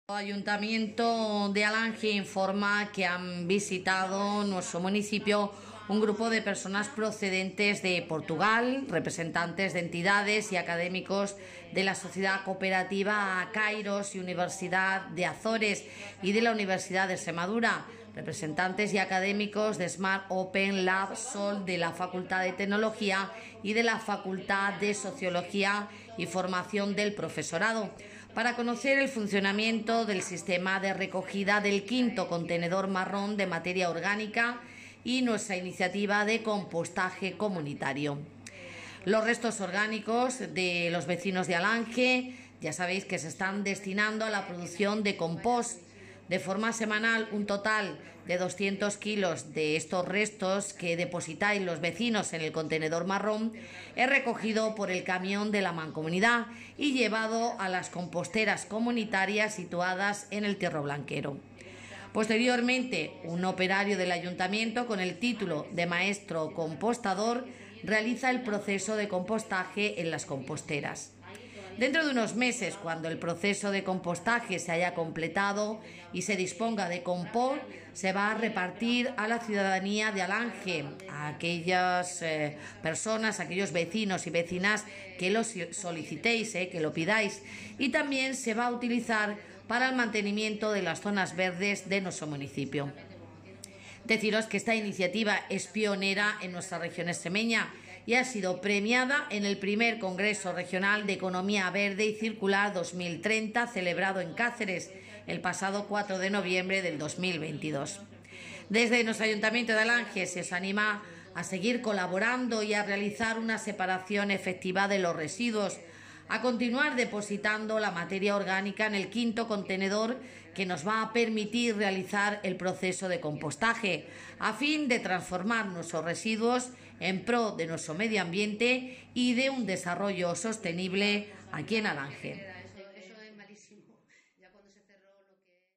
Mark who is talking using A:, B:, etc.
A: El Ayuntamiento de Alange informa que han visitado nuestro municipio un grupo de personas procedentes de Portugal, representantes de entidades y académicos de la Sociedad Cooperativa Kairos y Universidad de Azores y de la Universidad de Extremadura, representantes y académicos de Smart Open Lab Sol de la Facultad de Tecnología y de la Facultad de Sociología y Formación del Profesorado, para conocer el funcionamiento del sistema de recogida del quinto contenedor marrón de materia orgánica y nuestra iniciativa de compostaje comunitario. Los restos orgánicos de los vecinos de Alange, ya sabéis que se están destinando a la producción de compost. De forma semanal, un total de 200 kilos de estos restos que depositáis los vecinos en el contenedor marrón es recogido por el camión de la Mancomunidad y llevado a las composteras comunitarias situadas en el Tierro Blanquero. Posteriormente, un operario del ayuntamiento con el título de maestro compostador realiza el proceso de compostaje en las composteras. Dentro de unos meses, cuando el proceso de compostaje se haya completado y se disponga de compost, se va a repartir a la ciudadanía de Alange, a aquellas personas, aquellos vecinos y vecinas que lo solicitéis, que lo pidáis, y también se va a utilizar para el mantenimiento de las zonas verdes de nuestro municipio. Deciros que esta iniciativa es pionera en nuestra región extremeña y ha sido premiada en el primer Congreso Regional de Economía Verde y Circular 2030, celebrado en Cáceres el pasado 4 de noviembre del 2022. Desde nuestro Ayuntamiento de Alange se os anima a seguir colaborando y a realizar una separación efectiva de los residuos, a continuar depositando la materia orgánica en el quinto contenedor que nos va a permitir realizar el proceso de compostaje, a fin de transformar nuestros residuos en pro de nuestro medio ambiente y de un desarrollo sostenible aquí en Alange.